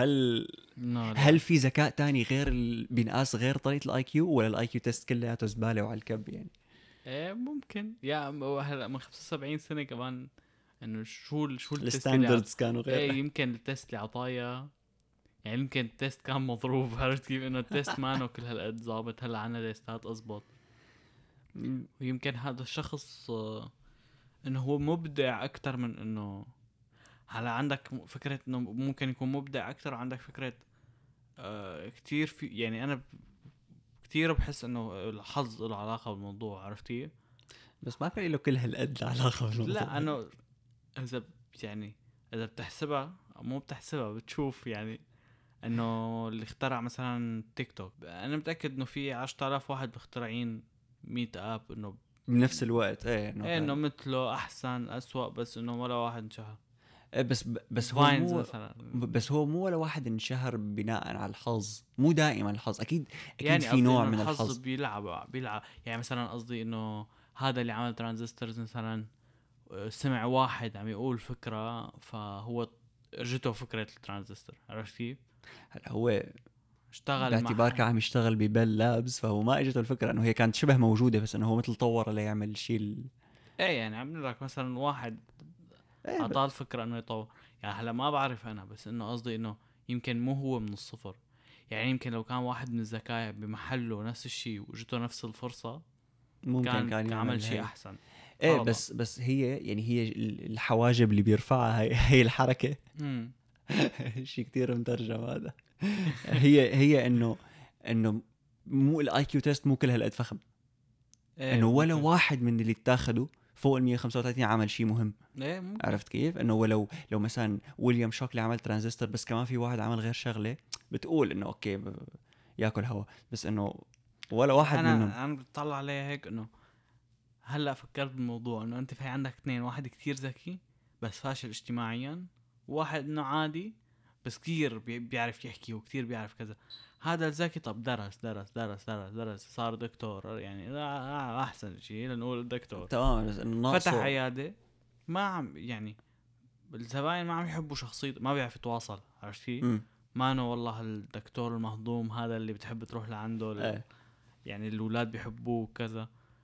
هل في ذكاء تاني غير بينقاس غير طريقه الاي كيو، ولا الاي كيو تيست كلياته زباله وعلى الكب يعني.
ايه ممكن. يا هلا من 75 سنه كمان انه شو
الستاندردز كانوا غير.
ايه يمكن التست اللي عطايا، يعني يمكن التست كان مضروب، عرفت كيف؟ انه التست مانو كل هالقد ظابط. هلا عنا تيستات اضبط. ويمكن هذا الشخص انه هو مبدع اكثر من انه هلا عندك فكره انه ممكن يكون مبدع اكثر، وعندك فكره كتير في يعني انا كتير بحس انه الحظ له علاقه بالموضوع، عرفت كيف؟
بس ما كان له كل هالقد علاقه بالموضوع.
لا انه اذا يعني اذا بتحسبها مو بتحسبها بتشوف يعني انه اللي اخترع مثلا تيك توك، انا متاكد انه في 10,000 واحد مخترعين 100 اب انه
بنفس الوقت.
انه مثله احسن اسوأ، بس انه ولا واحد انشهر.
بس هو مو ولا واحد انشهر بناء على الحظ. مو دائما الحظ، اكيد
يعني
في نوع من الحظ
بيلعب. يعني مثلا قصدي انه هذا اللي عمل ترانزستورز مثلا سمع واحد عم يقول فكرة فهو رجته فكرة الترانزستور، عرفت كيف؟
هلا هو
اشتغل
باعتبار كان عم يشتغل ببل لابس، فهو ما اجته الفكرة انه هي كانت شبه موجودة، بس انه هو مثل طور ليعمل شيء
ايه يعني عم لك مثلا واحد عطاه الفكرة انه يطور. يعني هلا ما بعرف انا، بس انه قصدي انه يمكن مو هو من الصفر. يعني يمكن لو كان واحد من الذكاء بمحله نفس الشيء وجته نفس الفرصة ممكن كان عمل شيء احسن.
ايه بس هي يعني هي الحواجب اللي بيرفعها هي الحركة. شيء كتير مترجم هذا. هي انه مو الاي كيو تيست مو كل هالقد فخم. انه ولا واحد من اللي اتاخدوا فوق ال 135 عمل شيء مهم. عرفت كيف؟ انه لو مثلا ويليام شوكلي عمل ترانزستور بس كمان في واحد عمل غير شغله، بتقول انه اوكي ياكل هوا، بس انه ولا واحد منهم.
انا بتطلع عليه هيك انه هلا فكرت بالموضوع انه انت في عندك اثنين، واحد كتير ذكي بس فاشل اجتماعيا، وواحد انه عادي بس كتير بيعرف يحكي وكتير بيعرف كذا. هذا الذكي طب درس صار دكتور، يعني احسن شيء لنقول الدكتور
تمام، بس انه
فتح عياده ما عم يعني الزباين ما عم يحبوا شخصيته، ما بيعرف يتواصل، عرفت كيف؟ ما انه والله الدكتور المهضوم هذا اللي بتحب تروح لعنده يعني الاولاد بيحبوه كذا.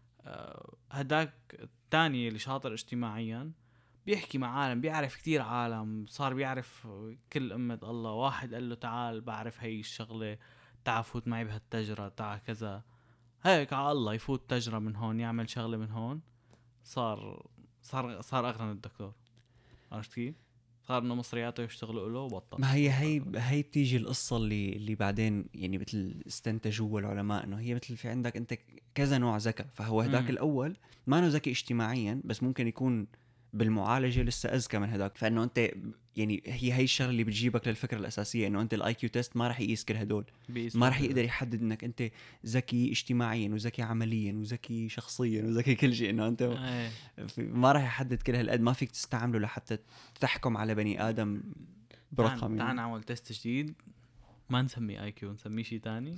هداك الثاني اللي شاطر اجتماعيا بيحكي مع عالم، بيعرف كتير عالم، صار بيعرف كل أمة الله. واحد قال له تعال بعرف هاي الشغلة، تعال فوت معي بهالتجرة، تعال كذا هيك على الله يفوت تجرة من هون، يعمل شغلة من هون، صار أغنى من الدكتور، عرفت كيف؟ صار انه مصرياته يشتغلوا له وبطل.
ما هي بتيجي القصة اللي بعدين يعني مثل استنتجوا العلماء انه هي مثل في عندك انت كذا نوع ذكاء. فهو هداك الاول ما انه ذكي اجتماعيا، بس ممكن يكون بالمعالجة لسه أذكى من هداك. فإنه أنت يعني هي الشغله اللي بتجيبك للفكره الاساسيه، انه انت الاي كيو تيست ما راح يقيس كل هدول، ما راح يقدر يحدد انك انت ذكي اجتماعيا وذكي عمليا وذكي شخصيا وذكي كل شيء، انه انت ما راح يحدد كل هالقد، ما فيك تستعمله لحتى تحكم على بني ادم برقم.
تعال نعمل تيست جديد، ما نسميه اي كيو، نسميه شيء ثاني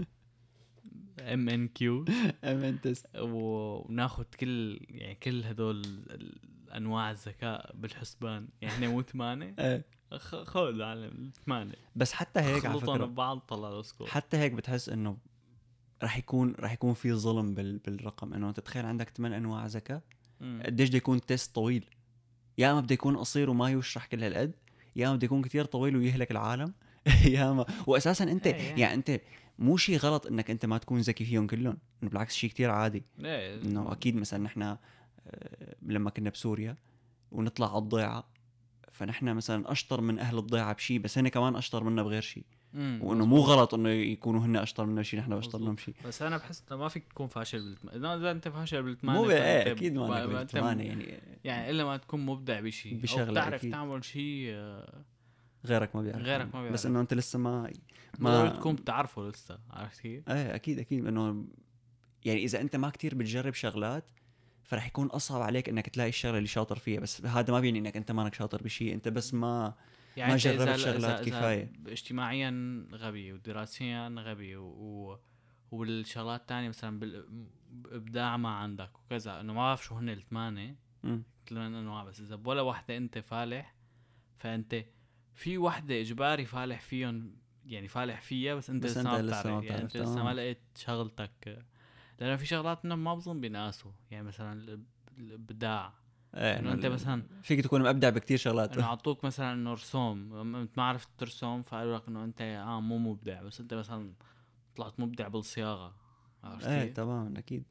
ام ان كيو،
ام ان تيست،
وناخذ كل هدول الانواع الذكاء بالحسبان، يعني احنا مو 8 خذ على 8
بس حتى هيك على فكره
ببعض طلعوا سكور.
حتى هيك بتحس انه رح يكون في ظلم بالرقم، انه تتخيل عندك 8 انواع ذكاء قديش بده يكون تيست طويل، يا اما بده يكون قصير وما يشرح كل هالقد، يا اما بده يكون كتير طويل ويهلك العالم يا اما واساسا انت يعني انت مو شيء غلط انك انت ما تكون ذكي فيهم كلهم، انه بالعكس شيء كتير عادي. انه اكيد مثلا نحن لما كنا بسوريا ونطلع على الضيعه، فنحن مثلا اشطر من اهل الضيعه بشيء، بس هن كمان اشطر منا بغير شيء، وانه مو غلط انه يكونوا هن اشطر منا بشيء نحن اشطر منهم بشيء.
بس انا بحس انه ما فيك تكون فاشل اذا انت فاشل بالثمانية
مو اكيد ما بالثمانية
يعني الا ما تكون مبدع بشيء او بتعرف تعمل شيء
غيرك ما بيعرف بس انه انت لسه ما
تكون بتعرفه لسه، عرفت كيف؟
اكيد انه يعني اذا انت ما كتير بتجرب شغلات فرح يكون اصعب عليك انك تلاقي الشغله اللي شاطر فيها، بس هذا ما بيعني انك انت مانك شاطر بشيء، انت بس ما
يعني
ما جربت شغلات كفايه.
اجتماعيا غبي ودراسيا غبي والشغلات الثانيه مثلا بالابداع ما عندك وكذا، انه ما بعرف شو هن الثمانيه كلهم انواع، بس اذا ولا واحده انت فالح، فانت في واحده اجباري فالح فيهم، يعني فالح فيها بس انت لسه ما بتعرف، يعني انت لسه ما لقيت شغلتك، لانه في شغلات انهم ما بظن بينقاسوا، يعني مثلا الابداع انه انت مثلا
فيك تكون مبدع بكتير شغلات،
انه عطوك مثلا انه رسوم انت ما عرفت ترسم فقالوا لك انه انت مو مبدع، بس انت مثلا طلعت مبدع بالصياغه، عرفت كيف؟
تمام اكيد.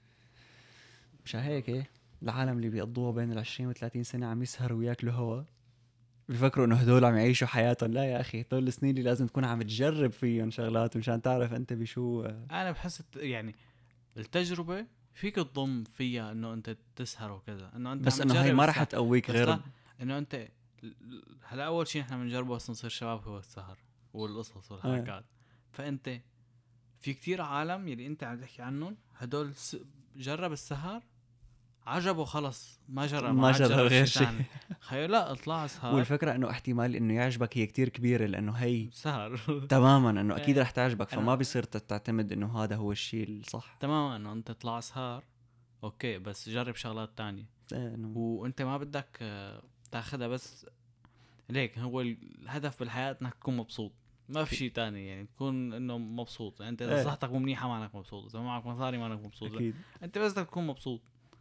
مش هيك العالم اللي بيقضوها بين 20 و30 سنه عم يسهروا وياكلوا هوا بيفكروا انه هدول عم يعيشوا حياتهم؟ لا يا اخي، هدول السنين اللي لازم تكون عم تجرب فيهم شغلات مشان تعرف انت بشو.
انا بحس يعني التجربه فيك تضم فيها انه انت تسهر وكذا، انه انت
بس انه هي ما راح تقويك غير
انه انت هلا اول شيء نحن بنجربه بس نصير شباب هو السهر والقصص والحركات. فانت في كتير عالم يلي انت عم تحكي عنهم هدول جرب السهر عجبه خلص ما جرب
غير شيء
خير لا اطلع سهر.
والفكره انه احتمال انه يعجبك هي كتير كبيره لانه هي
سهر
تماما انه اكيد رح تعجبك، فما بيصير تعتمد انه هذا هو الشيء الصح
تماما، انه انت تطلع سهر اوكي بس جرب شغلات تانية وانت ما بدك تاخدها بس ليك. هو الهدف بالحياه انك تكون مبسوط، ما في شيء تاني، يعني تكون انه مبسوط. انت اذا صحتك مو منيحه مانك مبسوط، اذا معك مصاري مانك مبسوط انت بس بدك تكون مبسوط.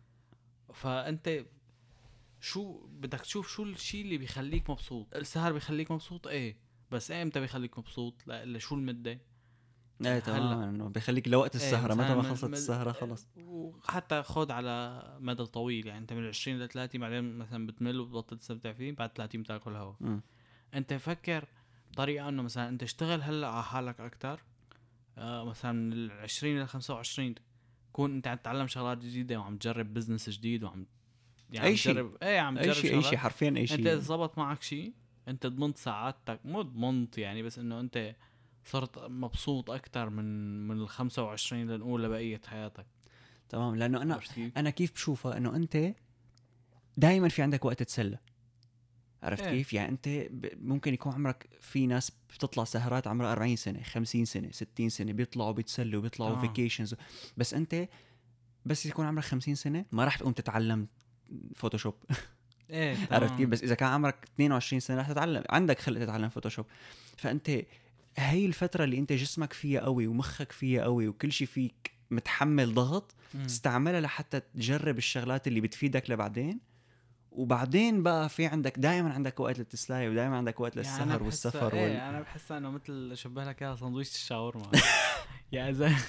فانت شو بدك تشوف شو الشيء اللي بيخليك مبسوط. السهر بيخليك مبسوط بس امتى بيخليك مبسوط؟ لا شو المده؟
تمام انه بيخليك لوقت السهره، متى ما خلصت السهره خلص.
وحتى خد على مدى طويل، يعني انت من 20 ل 30 بعدين مثلا بتمل وبتبطل تستمتع فيه، بعد 30 بتاكل هوا. انت فكر بطريقه انه مثلا انت اشتغل هلا على حالك اكثر، مثلا من ال 20 ل 25 كون انت عم تتعلم شغلات جديده وعم تجرب بزنس جديد وعم يعني
اي شيء
عم تجرب
اي شيء حرفيا اي شيء.
انت اذا زبط معك شيء انت ضمنت ساعاتك، مو ضمنت يعني، بس انه انت صرت مبسوط اكثر من ال 25 لنقول لبقيه حياتك.
تمام، لانه انا كيف بشوفها انه انت دائما في عندك وقت تتسلى، عرفت كيف؟ يعني انت ممكن يكون عمرك، في ناس بتطلع سهرات عمرها 40 سنه 50 سنه 60 سنه بيطلعوا بيتسلوا بيطلعوا فيكيشنز، بس انت بس يكون عمرك 50 سنه ما راح تقوم تتعلم فوتوشوب عرفت كيف؟ بس اذا كان عمرك 22 سنه راح تتعلم، عندك خلق تتعلم فوتوشوب. فانت هي الفتره اللي انت جسمك فيها قوي ومخك فيها قوي وكل شيء فيك متحمل ضغط، استعملها لحتى تجرب الشغلات اللي بتفيدك لبعدين، وبعدين بقى في عندك دائما عندك وقت للتسلاية ودائما عندك وقت للسهر يعني والسفر
انا بحس انه مثل شبه لك اياها سندويشة الشاورما يعني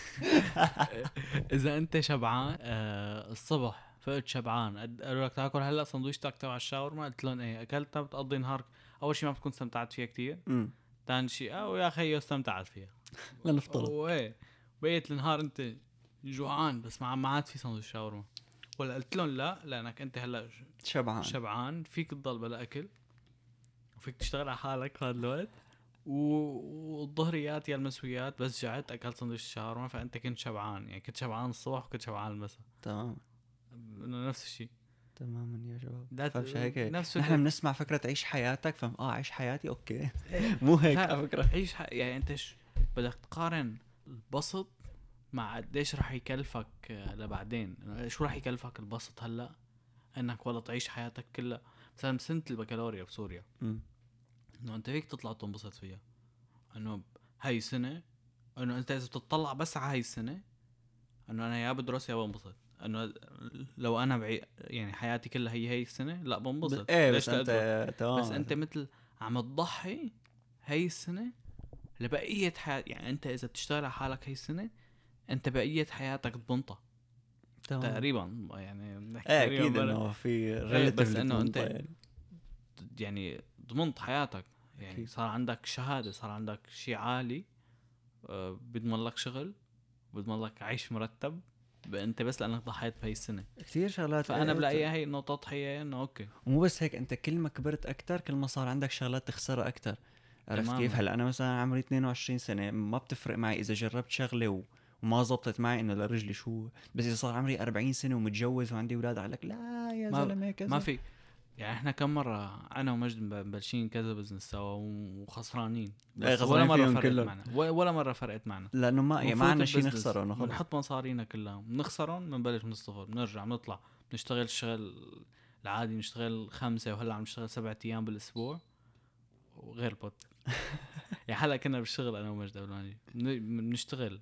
اذا انت شبعان الصبح فقت شبعان قالوا لك تاكل هلا سندويشتك تبع الشاورما، قلت لهم ايه اكلتها بتقضي نهارك. اول شيء ما بتكون استمتعت فيها كتير، ثاني شيء يا اخي استمتعت فيها
لنفترض
وايه بقيت النهار انت جوعان بس ما عاد في سندويش شاورما، ولا قلت لهم لا لانك انت هلا شبعان فيك تضل بلا اكل وفيك تشتغل على حالك هذا الوقت، والظهريات يا المسويات بس جعت اكلت سندويش شاورما، فانت كنت شبعان، يعني كنت شبعان الصبح وكنت شبعان المساء.
تمام،
نفس الشيء
تماما يا شباب. فمش هيك نحن بنسمع فكرة عيش حياتك، فهم عيش حياتي اوكي مو هيك على فكرة.
عيش يعني انت بدك تقارن البسط مع قديش رح يكلفك لبعدين. شو رح يكلفك البسط هلا؟ انك والله تعيش حياتك كلها مثلا سنة البكالوريا بسوريا، انه انت هيك تطلع تنبسط فيها، انه هاي السنة، انه انت اذا بتطلع بس على هاي السنة انه انا يا بدرس يا بنبسط، انه لو انا يعني حياتي كلها هي السنة لا بنبسط،
ايه
ليش
بس انت تمام،
بس انت مثل عم تضحي هاي السنة لبقية حياتك. يعني انت اذا بتشتغل على حالك هاي السنة انت بقية حياتك تبنطها تقريبا، يعني
ايه اكيد انه في
بس
ريلاتيفلي
انه انت
يعني
ضمنت حياتك، يعني
أكيد.
صار عندك شهادة، صار عندك شيء عالي، بيضمن لك شغل، بيضمن لك عيش مرتب، انت بس لانك ضحيت بهي السنة.
كثير شغلات.
فانا بلاقيها هي انه تضحية، انه اوكي.
ومو بس هيك، انت كل ما كبرت اكتر كل ما صار عندك شغلات تخسرها اكتر، عرفت
تماماً.
كيف؟ هلا انا مثلا عمري 22 سنه، ما بتفرق معي اذا جربت شغله وما زبطت معي انه لرجلي شو، بس اذا صار عمري 40 سنه ومتجوز وعندي اولاد اقول لك لا يا زلمه كذا.
ما في، يعني احنا كم مرة انا ومجد مبلشين كذا بزنس سوا وخسرانين، بس ولا مرة فرقت معنا، ولا مرة فرقت معنا،
لانه ما يعني ما عندنا شيء نخسره، انه خلص
بنحط مصارينا كلها بنخسرهم، بنبلش من الصفر، بنرجع بنطلع بنشتغل الشغل العادي، نشتغل 5 وهلا عم نشتغل 7 ايام بالاسبوع وغير البودكاست. يعني هلا كنا بالشغل انا ومجد اولاني بنشتغل،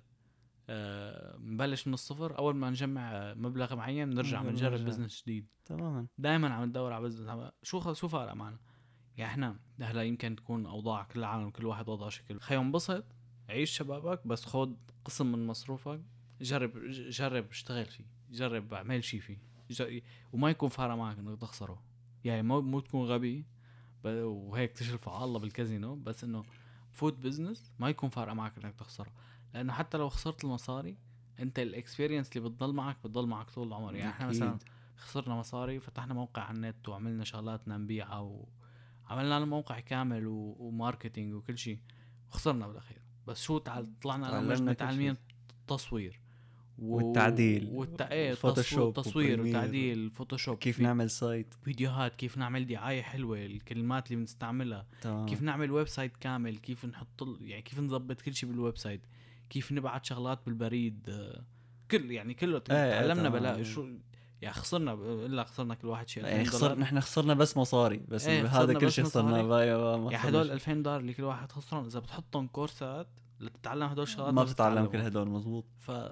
بنبلش من الصفر، اول ما نجمع مبلغ معين بنرجع بنجرب بزنس جديد
تماما.
دائما عم ندور على بزنس، شو فارق معنا. يعني احنا هلا يمكن تكون اوضاع كل العالم كل واحد وضعه شكل، خيو انبسط، عيش شبابك، بس خد قسم من مصروفك، جرب اشتغل فيه، جرب اعمل شيء فيه، وما يكون فارق معك انك تخسره. يعني مو تكون غبي وهيك تشرف على الله بالكازينو، بس انه فوت بزنس ما يكون فارق معك انك تخسره، لانه حتى لو خسرت المصاري انت الاكسبيرينس اللي بتضل معك طول العمر. يعني احنا مثلا خسرنا مصاري، فتحنا موقع على النت وعملنا شغلاتنا نبيعها وعملنا لنا موقع كامل وماركتينج وكل شيء، خسرنا بالاخير، بس شو طلعنا انا ومجد متعلمين تصوير
والتعديل
فوتوشوب، تصوير وتعديل، فوتوشوب،
كيف نعمل سايت،
فيديوهات، كيف نعمل دعاية حلوة، الكلمات اللي بنستعملها، كيف نعمل ويب سايت كامل، كيف نحط يعني كيف نضبط كل شيء بالويب سايت، كيف نبعت شغلات بالبريد، كله تعلمنا بلا شو. يعني خسرنا الا خسرنا كل واحد شيء
يعني
$2000.
نحن خسرنا بس مصاري، بس هذا كل شيء خسرناه بايا.
يعني هدول $2000 اللي كل واحد خسرهم اذا بتحطهم كورسات لتتعلم هدول الشغلات
ما بتتعلم كل هدول. مزبوط.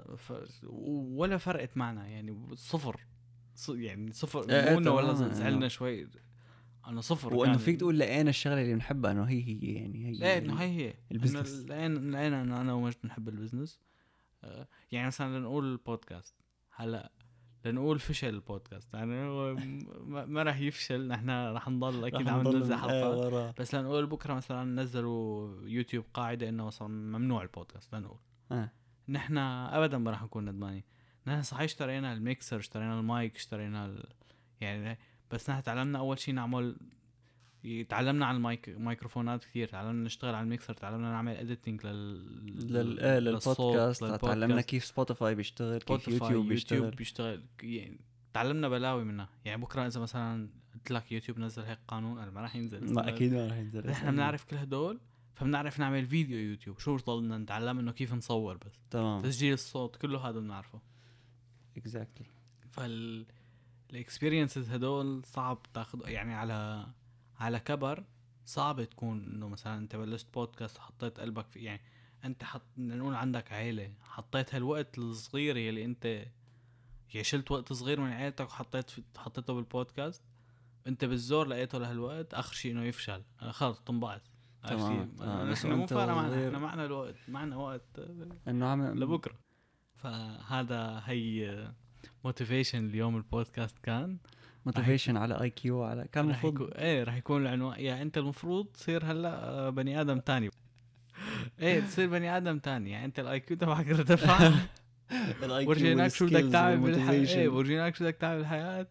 ولا فرقت معنا، يعني صفر، يعني صفر.
مو
انه ولا زعلنا شوي، انا صفر.
وانه فيك تقول لقينا الشغله اللي بنحبها، انه هي يعني
هي انه هي
البزنس.
لقينا انه انا ومجد بنحب البزنس. يعني مثلا لنقول البودكاست، هلا لنقول فشل البودكاست، يعني ما راح يفشل، نحن راح نضل اكيد عم ننزل حلقات، بس لنقول بكره مثلا نزلوا يوتيوب قاعده انه مثلا ممنوع البودكاست، لنقول نحن ابدا ما راح نكون ندمانين. نحن صحيح اشترينا الميكسر، اشترينا المايك، اشترينا يعني، بس نحن تعلمنا اول شيء نعمل، تعلمنا عن مايكروفونات كثير، تعلمنا نشتغل على الميكسر، تعلمنا نعمل اديتنج
للبودكاست، تعلمنا كيف سبوتيفاي بيشتغل، كيف يوتيوب
بيشتغل. يعني تعلمنا بلاوي منها. يعني بكره اذا مثلا قلت لك يوتيوب نزل هيك قانون، انا ما راح ينزل،
ما اكيد ما راح ينزل.
احنا بنعرف كل هدول، فبنعرف نعمل فيديو يوتيوب، شو ضلنا نتعلم انه كيف نصور، بس
تمام.
تسجيل الصوت كله هذا بنعرفه.
اكزاكتلي.
الاكسبيرينسز هدول صعب تاخذ، يعني على كبر صعب تكون انه مثلا انت بلشت بودكاست وحطيت قلبك في، يعني انت نقول عندك عيلة، حطيت هالوقت الصغير اللي انت يعني شلت وقت صغير من عيلتك حطيته بالبودكاست، انت بالزور لقيته لهالوقت، اخر شيء انه يفشل، خلص طنبعت. احنا مو فارقة معنا، احنا معنا الوقت، معنا وقت انه لبكره. فهذا هي موتيفيشن اليوم. البودكاست كان
موتيفيشن على اي كيو، على كان المفروض
راح يكون العنوان، يعني انت المفروض تصير هلا بني ادم تاني. تصير بني ادم تاني، يعني انت الاي كيو تبعك ارتفع. ورجيناك شو بدك تعمل بالحياه، ورجيناك شو بدك تعمل بالحياه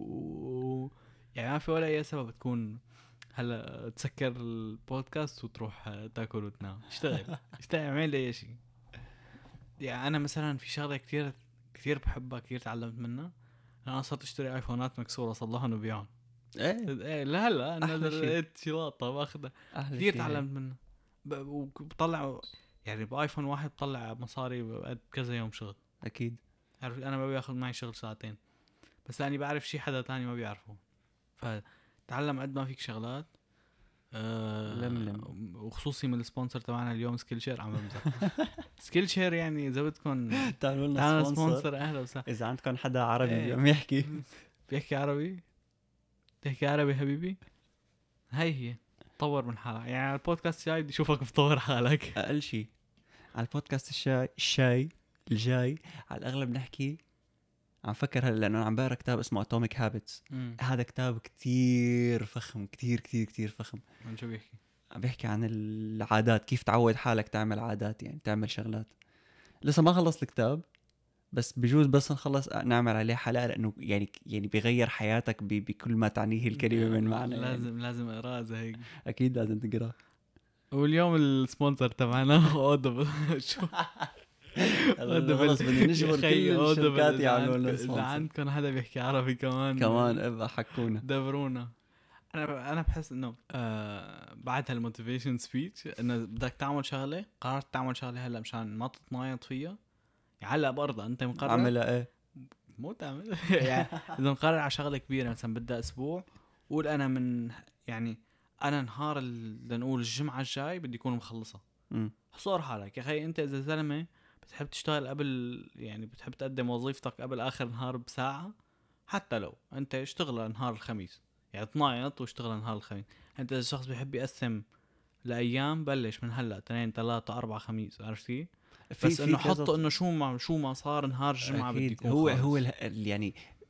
يعني ما في ولا اي سبب تكون هلا تسكر البودكاست وتروح تاكل وتنام. اشتغل اعمل اي شيء. يعني انا مثلا في شغله كثير بحبها، كثير تعلمت منها. انا صرت اشتري ايفونات مكسوره اصلحهم وبيعهم. لا نزلت شلاطه باخذها، كثير تعلمت منها. وبطلع يعني بايفون واحد بطلع مصاري بكذا يوم شغل.
اكيد.
عارف انا ما بياخذ معي شغل ساعتين، بس أنا بعرف شيء حدا تاني ما بيعرفه. فتعلم قد ما فيك شغلات.
لم
وخصوصي من السبونسر تبعنا اليوم سكيل شير. عم بمزح. سكيل شير يعني إذا بدكم
تعالوا
تعالوا
لنا سبونسر.
سبونسر. أهلا وسهلا.
اذا عندكم حدا عربي
إيه.
عم يحكي
بيحكي عربي. تحكي عربي حبيبي. هي طور من حالك يعني. البودكاست جاي بدي اشوفك بتطور حالك.
اقل شيء على البودكاست الشاي الجاي على الاغلب نحكي. عم فكر هلا لانه عم بقرا كتاب اسمه اتوميك هابتس. هذا كتاب كتير فخم، كتير كتير كتير فخم.
عن شو بيحكي؟
عم بيحكي عن العادات، كيف تعود حالك تعمل عادات، يعني تعمل شغلات. لسه ما خلص الكتاب بس بجوز بس نخلص نعمل عليه حلقة، لأنه يعني بيغير حياتك بكل ما تعنيه الكلمة من معنى.
لازم اقراه زي هيك.
أكيد لازم تقراه.
واليوم السبونسر تبعنا اودبل. شو
خلص بدنا نجبر كل الشركات يعملوا لنا
اذا
سبونسر.
عندكم حدا بيحكي عربي كمان
ابقى حكونا
دبرونا. انا بحس انه بعد هالموتيفيشن سبيتش انه بدك تعمل شغله، قررت تعمل شغله هلا مشان ما تتنايط فيها. هلا بارضها انت مقرر
اعملها ايه
مو تعمل. يعني اذا مقرر على شغله كبيره مثلا بدها اسبوع، قول انا من يعني انا نهار لنقول الجمعه الجاي بدي اكون مخلصه. حصور حالك يا اخي. انت اذا زلمه بتحب تشتغل قبل، يعني بتحب تقدم وظيفتك قبل اخر نهار بساعه، حتى لو انت اشتغل نهار الخميس، يعني تنايط واشتغل نهار الخميس. انت اذا الشخص بيحب يقسم لايام، بلش من هلا 2 3 4 5، عرفت كيف؟ بس انه حطوا انه شو ما صار نهار الجمعه بدي يكون
هو يعني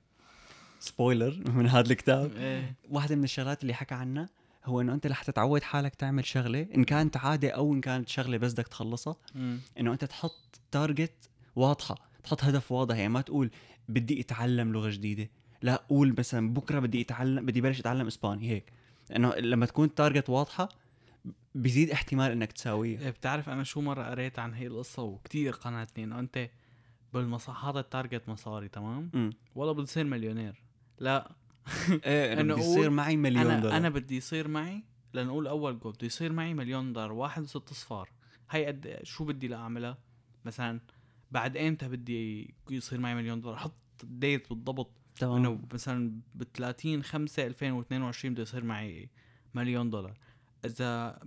سبويلر من هذا الكتاب.
إيه.
واحدة من الشغلات اللي حكى عنها هو انه انت رح تتعود حالك تعمل شغله، ان كانت عاده او ان كانت شغله بس بدك تخلصها. انه انت تحط تارجت واضحه، تحط هدف واضح. يعني ما تقول بدي اتعلم لغه جديده، لا قول مثلا بكره بدي بلش اتعلم اسباني هيك. انه لما تكون تارجت واضحه بيزيد احتمال انك تساويه.
بتعرف انا شو مره قريت عن هي القصه وكتير قنعتني، انه انت هذا التارجت مصاري تمام والله بدي يصير مليونير. لا
ايه انه بدي يصير معي مليون دولار.
انا بدي يصير معي، لنقول اول جول بده يصير معي مليون دولار 1 و6 صفار. هي قد شو بدي لاعملها مثلا؟ بعد امتى بدي يصير معي مليون دولار؟ حط ديت بالضبط. انه مثلا ب 30/5/2022 بده يصير معي مليون دولار. اذا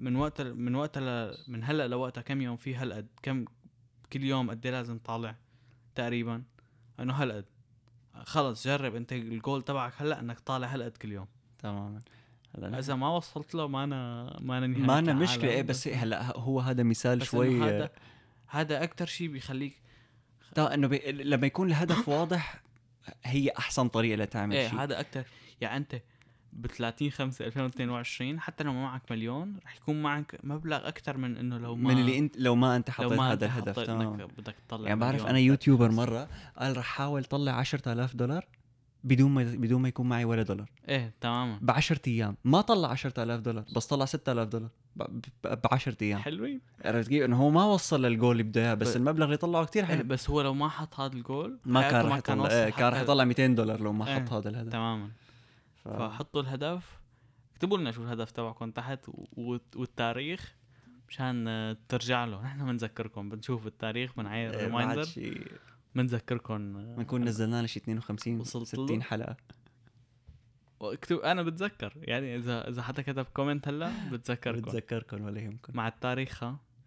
من هلا لوقتها كم يوم في هالقد، كم كل يوم قد لازم طالع تقريبا؟ انه هالقد. خلص جرب انت الجول تبعك هلا انك طالع هالقد كل يوم.
تماما.
اذا ما وصلت له ما انا نهاية
ما انا مشكله. ايه بس هلا هو هذا مثال شوي.
هذا اكتر شيء بيخليك
انه لما يكون الهدف واضح هي احسن طريقه لتعمل شيء.
هذا اكتر. يعني انت ب 30/5/2022 حتى لو ما معك مليون رح يكون معك مبلغ اكتر من انه لو ما
انت حطيت هذا الهدف.
بدك تطلع
يعني بعرف انا يوتيوبر مره قال رح حاول طلع 10,000 دولار بدون ما يكون معي ولا دولار.
ايه تماما.
ب10 ايام ما طلع 10,000 دولار بس طلع 6,000 دولار ب10 ايام.
حلوين.
عرفت كيف؟ انه هو ما وصل للجول اللي بده اياه بس المبلغ اللي طلعه كتير حلو.
بس هو لو ما حط هذا الجول
ما كان رح يطلع. كان رح يطلع 200 دولار لو ما حط هذا الهدف.
تماما. فحطوا الهدف، اكتبوا لنا شو الهدف تبعكم تحت والتاريخ مشان ترجع له. نحن بنذكركم، بنشوف التاريخ، بنعير ريمايندر، بنذكركم.
بنكون نزلنا لشي 52 60 حلقة.
واكتب انا بتذكر، يعني اذا حدا كتب كومنت هلا بتذكركم
ولا يهمكم
مع التاريخ.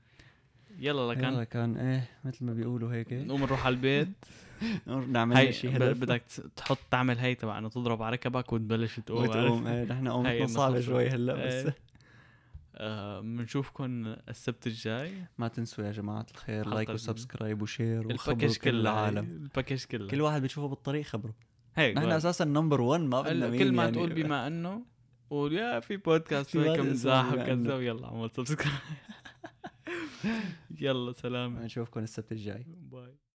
يلا
كان ايه مثل ما بيقولوا هيك.
نقوم نروح على البيت
نعمل شيء هدف.
بدك تحط تعمل هي تبع انه تضرب على ركبك وتبلش تقوم.
ايه نحن قومتنا صعبة شوي هلا بس.
بنشوفكم السبت الجاي.
ما تنسوا يا جماعة الخير لايك وسبسكرايب وشير
الباكج كله العالم. الباكج كله
كل واحد بتشوفه بالطريق خبره.
نحن
اساسا نمبر 1 ما بدنا مين.
كل ما
يعني
تقول بما انه قول يا في بودكاست هيك مزاح وكذا ويلا عمل سبسكرايب. يلا سلام.
نشوفكم السبت الجاي.
باي.